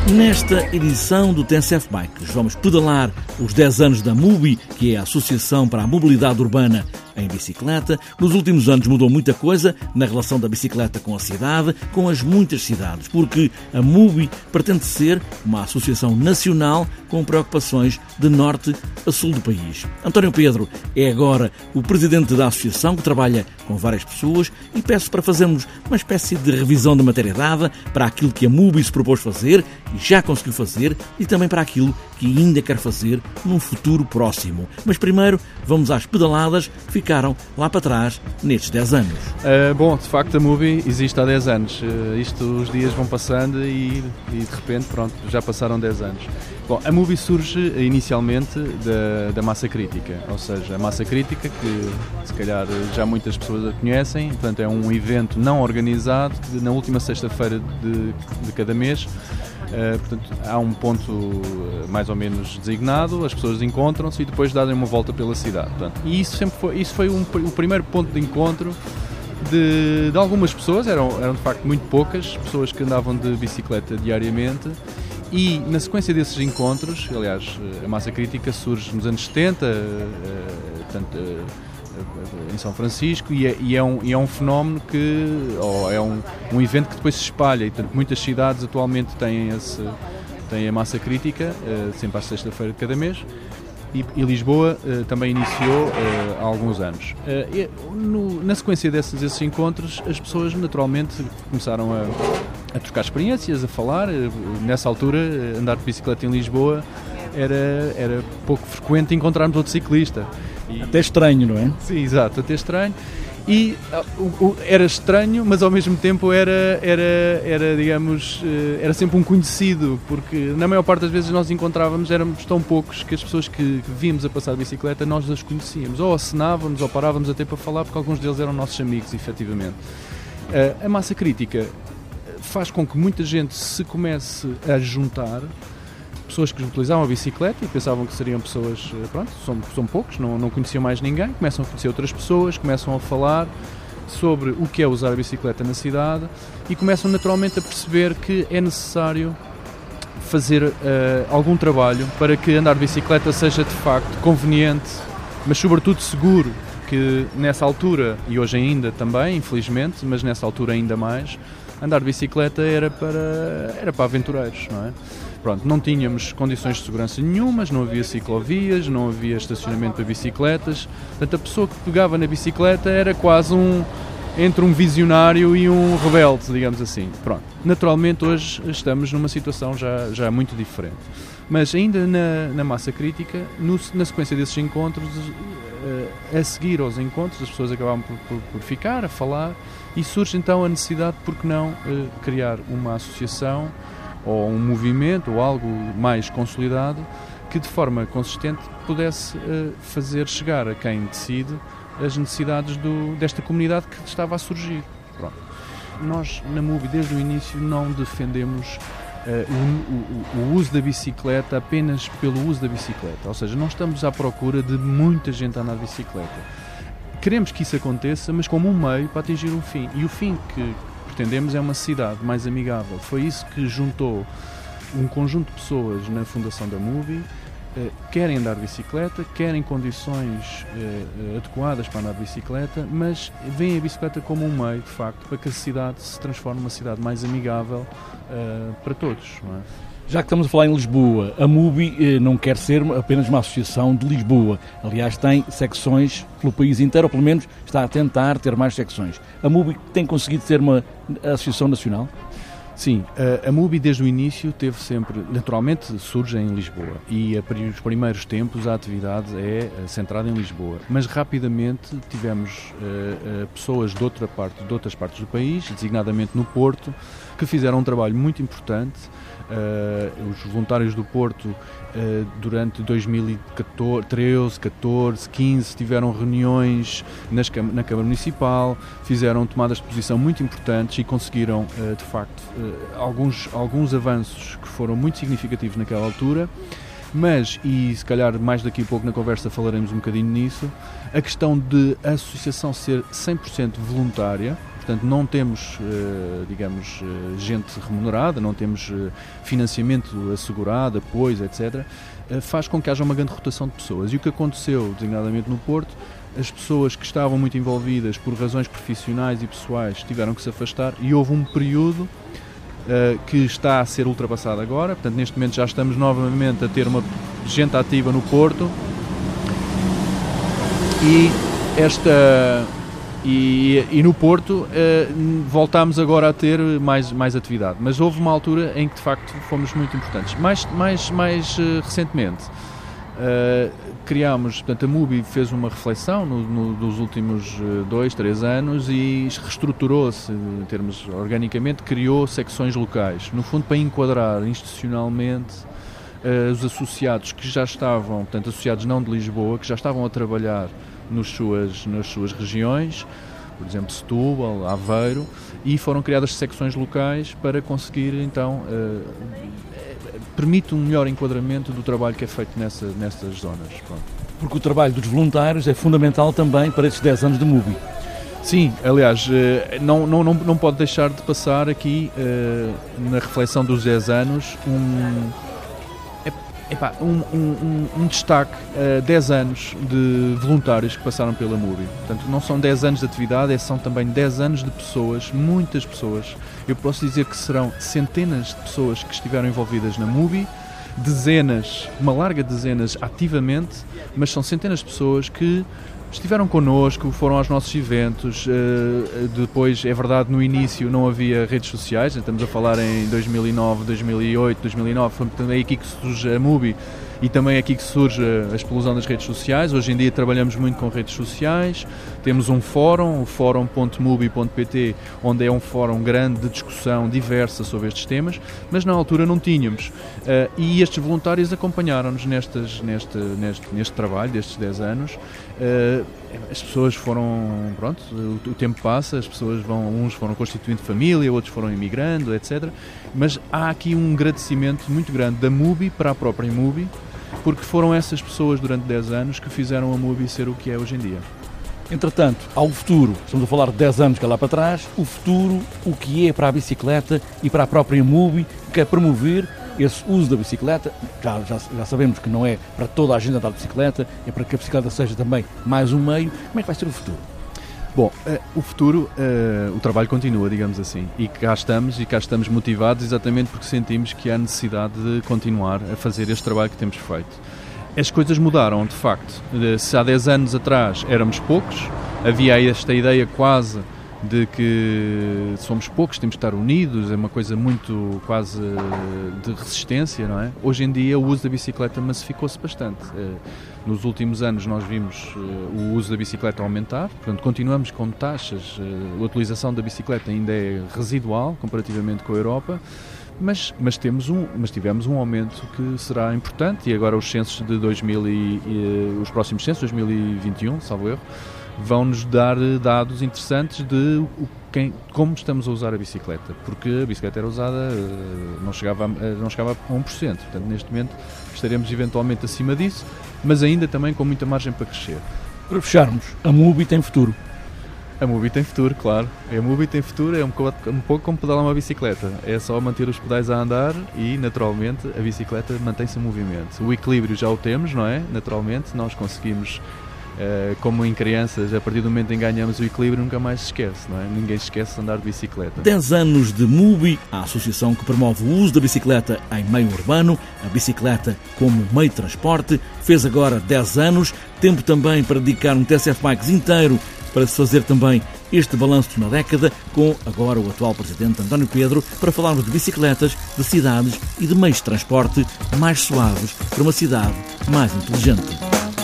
Nesta edição do TSF Bikes vamos pedalar os 10 anos da MUBI, que é a Associação para a Mobilidade Urbana em Bicicleta. Nos últimos anos mudou muita coisa na relação da bicicleta com a cidade, com as muitas cidades, porque a MUBI pretende ser uma associação nacional com preocupações de norte a sul do país. António Pedro é agora o presidente da associação, que trabalha com várias pessoas, e peço para fazermos uma espécie de revisão da matéria dada para aquilo que a MUBI se propôs fazer e já conseguiu fazer, e também para aquilo que ainda quer fazer num futuro próximo. Mas primeiro vamos às pedaladas que ficaram lá para trás nestes 10 anos. Bom, de facto a MUBI existe há 10 anos. Os dias vão passando e de repente, pronto, já passaram 10 anos. Bom, a MUBI surge inicialmente da massa crítica, ou seja, a massa crítica, que se calhar já muitas pessoas a conhecem, portanto é um evento não organizado que na última sexta-feira de cada mês. Portanto, há um ponto mais ou menos designado, as pessoas encontram-se e depois dão uma volta pela cidade. Portanto, e isso foi o primeiro ponto de encontro de algumas pessoas, eram de facto muito poucas pessoas que andavam de bicicleta diariamente, e na sequência desses encontros, aliás, a massa crítica surge nos anos 70, em São Francisco, e é um fenómeno um evento que depois se espalha, e portanto, muitas cidades atualmente têm a massa crítica, sempre à sexta-feira de cada mês, e Lisboa também iniciou há alguns anos. Na sequência desses encontros, as pessoas naturalmente começaram a trocar experiências, a falar. Nessa altura, andar de bicicleta em Lisboa era pouco frequente encontrarmos outro ciclista. Até estranho, não é? Sim, exato, até estranho. E era estranho, mas ao mesmo tempo era sempre um conhecido, porque na maior parte das vezes nós encontrávamos, éramos tão poucos que as pessoas que víamos a passar de bicicleta nós as conhecíamos, ou acenávamos ou parávamos até para falar, porque alguns deles eram nossos amigos, efetivamente. A massa crítica faz com que muita gente se comece a juntar, pessoas que utilizavam a bicicleta e pensavam que seriam pessoas, pronto, são poucos, não conheciam mais ninguém, começam a conhecer outras pessoas, começam a falar sobre o que é usar a bicicleta na cidade e começam naturalmente a perceber que é necessário fazer algum trabalho para que andar de bicicleta seja de facto conveniente, mas sobretudo seguro, que nessa altura, e hoje ainda também, infelizmente, mas nessa altura ainda mais, andar de bicicleta era para aventureiros, não é? Pronto, não tínhamos condições de segurança nenhumas, não havia ciclovias, não havia estacionamento para bicicletas. Portanto, a pessoa que pegava na bicicleta era quase entre um visionário e um rebelde, digamos assim. Pronto, naturalmente hoje estamos numa situação já muito diferente. Mas ainda na massa crítica, na sequência desses encontros, a seguir aos encontros, as pessoas acabavam por ficar a falar, e surge então a necessidade, por que não, criar uma associação ou um movimento ou algo mais consolidado que de forma consistente pudesse fazer chegar a quem decide as necessidades desta comunidade que estava a surgir. Pronto. Nós na MUBI desde o início não defendemos o uso da bicicleta apenas pelo uso da bicicleta, ou seja, não estamos à procura de muita gente a andar de bicicleta. Queremos que isso aconteça, mas como um meio para atingir um fim, e o fim que pretendemos é uma cidade mais amigável. Foi isso que juntou um conjunto de pessoas na fundação da MUBI, querem andar de bicicleta, querem condições adequadas para andar de bicicleta, mas veem a bicicleta como um meio, de facto, para que a cidade se transforme numa cidade mais amigável para todos, não é? Já que estamos a falar em Lisboa, a MUBI não quer ser apenas uma associação de Lisboa. Aliás, tem secções pelo país inteiro, ou pelo menos está a tentar ter mais secções. A MUBI tem conseguido ser uma associação nacional? Sim, a MUBI desde o início teve sempre, naturalmente surge em Lisboa, e os primeiros tempos a atividade é centrada em Lisboa, mas rapidamente tivemos pessoas de outras partes do país, designadamente no Porto, que fizeram um trabalho muito importante. Os voluntários do Porto durante 2013, 14, 15 tiveram reuniões na Câmara Municipal, fizeram tomadas de posição muito importantes e conseguiram de facto alguns avanços que foram muito significativos naquela altura. Mas, e se calhar mais daqui a pouco na conversa falaremos um bocadinho nisso, a questão de a associação ser 100% voluntária, portanto não temos, digamos, gente remunerada, não temos financiamento assegurado, apoios, etc., faz com que haja uma grande rotação de pessoas. E o que aconteceu, designadamente no Porto, as pessoas que estavam muito envolvidas por razões profissionais e pessoais tiveram que se afastar e houve um período que está a ser ultrapassado agora. Portanto, neste momento já estamos novamente a ter uma gente ativa no Porto e no Porto voltámos agora a ter mais atividade, mas houve uma altura em que de facto fomos muito importantes. Mais recentemente criámos, portanto a MUBI fez uma reflexão nos últimos 2-3 anos e reestruturou-se em termos organicamente, criou secções locais, no fundo para enquadrar institucionalmente os associados que já estavam, portanto associados não de Lisboa, que já estavam a trabalhar nas suas regiões, por exemplo Setúbal, Aveiro, e foram criadas secções locais para conseguir então permite um melhor enquadramento do trabalho que é feito nessas zonas. Pronto. Porque o trabalho dos voluntários é fundamental também para estes 10 anos de MUBI. Sim, aliás, não pode deixar de passar aqui na reflexão dos 10 anos um destaque a 10 anos de voluntários que passaram pela MUBI. Portanto, não são 10 anos de atividade, são também 10 anos de pessoas, muitas pessoas. Eu posso dizer que serão centenas de pessoas que estiveram envolvidas na MUBI, uma larga dezenas ativamente, mas são centenas de pessoas que estiveram connosco, foram aos nossos eventos. Depois, é verdade, no início não havia redes sociais, estamos a falar em 2009, 2008, 2009, foi também aqui que surge a MUBI e também aqui que surge a explosão das redes sociais. Hoje em dia trabalhamos muito com redes sociais, temos um fórum, o fórum.mubi.pt, onde é um fórum grande de discussão diversa sobre estes temas, mas na altura não tínhamos. E estes voluntários acompanharam-nos neste trabalho, destes 10 anos. As pessoas foram, pronto, o tempo passa, as pessoas uns foram constituindo família, outros foram imigrando, etc. Mas há aqui um agradecimento muito grande da MUBI para a própria MUBI, porque foram essas pessoas durante 10 anos que fizeram a MUBI ser o que é hoje em dia. Entretanto, ao futuro, estamos a falar de 10 anos que é lá para trás, o futuro, o que é para a bicicleta e para a própria MUBI, que quer promover esse uso da bicicleta. Já sabemos que não é para toda a gente andar de bicicleta, é para que a bicicleta seja também mais um meio. Como é que vai ser o futuro? Bom, o futuro, o trabalho continua, digamos assim, e cá estamos motivados exatamente porque sentimos que há necessidade de continuar a fazer este trabalho que temos feito. As coisas mudaram, de facto. Se há 10 anos atrás éramos poucos, havia esta ideia quase de que somos poucos, temos de estar unidos, é uma coisa muito quase de resistência, não é? Hoje em dia o uso da bicicleta massificou-se bastante. Nos últimos anos nós vimos o uso da bicicleta aumentar, portanto continuamos com taxas, a utilização da bicicleta ainda é residual comparativamente com a Europa, mas tivemos um aumento que será importante, e agora os censos de os próximos censos, 2021, salvo erro, vão-nos dar dados interessantes de como estamos a usar a bicicleta, porque a bicicleta era usada, não chegava a 1%, portanto neste momento estaremos eventualmente acima disso, mas ainda também com muita margem para crescer. Para fecharmos, a MUBI tem futuro? A MUBI tem futuro, claro. A MUBI tem futuro, é um pouco como pedalar uma bicicleta. É só manter os pedais a andar e, naturalmente, a bicicleta mantém-se em movimento. O equilíbrio já o temos, não é? Naturalmente, nós conseguimos, como em crianças, a partir do momento em que ganhamos o equilíbrio, nunca mais se esquece, não é? Ninguém se esquece de andar de bicicleta. 10 anos de MUBI, a associação que promove o uso da bicicleta em meio urbano, a bicicleta como meio de transporte, fez agora 10 anos, tempo também para dedicar um TSF Bikes inteiro para se fazer também este balanço de uma década, com agora o atual presidente António Pedro, para falarmos de bicicletas, de cidades e de meios de transporte mais suaves para uma cidade mais inteligente.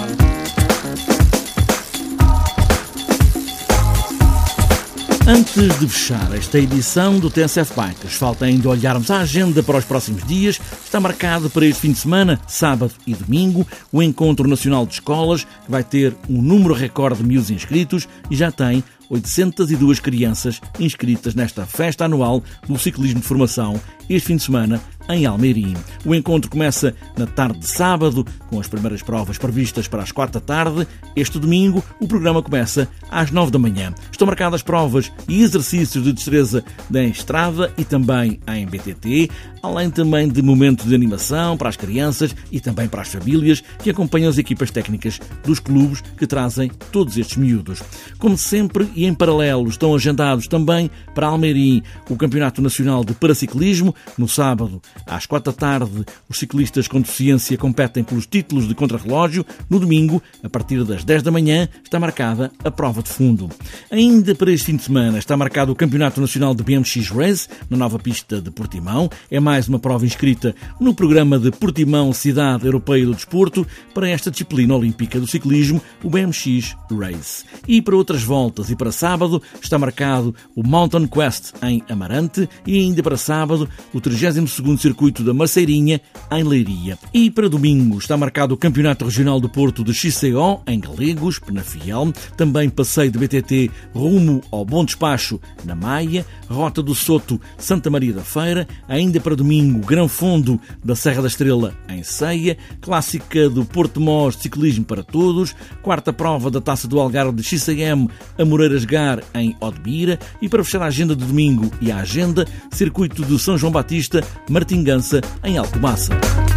Antes de fechar esta edição do TSF Bikes, falta ainda olharmos a agenda para os próximos dias. Está marcado para este fim de semana, sábado e domingo, o Encontro Nacional de Escolas, que vai ter um número recorde de 1000 inscritos e já tem 802 crianças inscritas nesta festa anual do ciclismo de formação, este fim de semana em Almeirim. O encontro começa na tarde de sábado, com as primeiras provas previstas para as 4 da tarde. Este domingo, o programa começa às 9 da manhã. Estão marcadas provas e exercícios de destreza em estrada e também em BTT, além também de momentos de animação para as crianças e também para as famílias que acompanham as equipas técnicas dos clubes que trazem todos estes miúdos. Como sempre e em paralelo, estão agendados também para Almeirim o Campeonato Nacional de Paraciclismo. No sábado, às 4 da tarde, os ciclistas com deficiência competem pelos títulos de contrarrelógio. No domingo, a partir das 10 da manhã, está marcada a prova de fundo. Ainda para este fim de semana está marcado o Campeonato Nacional de BMX Race, na nova pista de Portimão. É mais uma prova inscrita no programa de Portimão Cidade Europeia do Desporto para esta disciplina olímpica do ciclismo, o BMX Race. E para outras voltas e para sábado está marcado o Mountain Quest em Amarante e ainda para sábado o 32º Circuito da Maceirinha em Leiria. E para domingo está marcado o Campeonato Regional do Porto de XCO em Galegos, Penafiel, também passeio de BTT rumo ao Bom Despacho na Maia, Rota do Soto, Santa Maria da Feira, ainda para domingo Grão Fundo da Serra da Estrela em Ceia, clássica do Porto Mós de ciclismo para todos, quarta prova da Taça do Algarve de XCM a Moreiras Gar em Odmira e para fechar a agenda de domingo e a agenda, Circuito de São João Batista, Martingança em Alcobaça.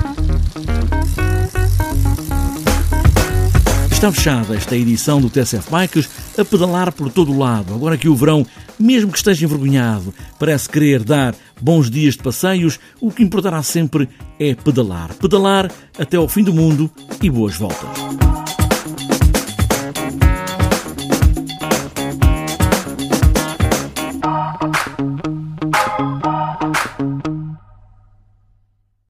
Está fechada esta edição do TSF Bikes, a pedalar por todo o lado. Agora que o verão, mesmo que esteja envergonhado, parece querer dar bons dias de passeios, o que importará sempre é pedalar. Pedalar até ao fim do mundo e boas voltas.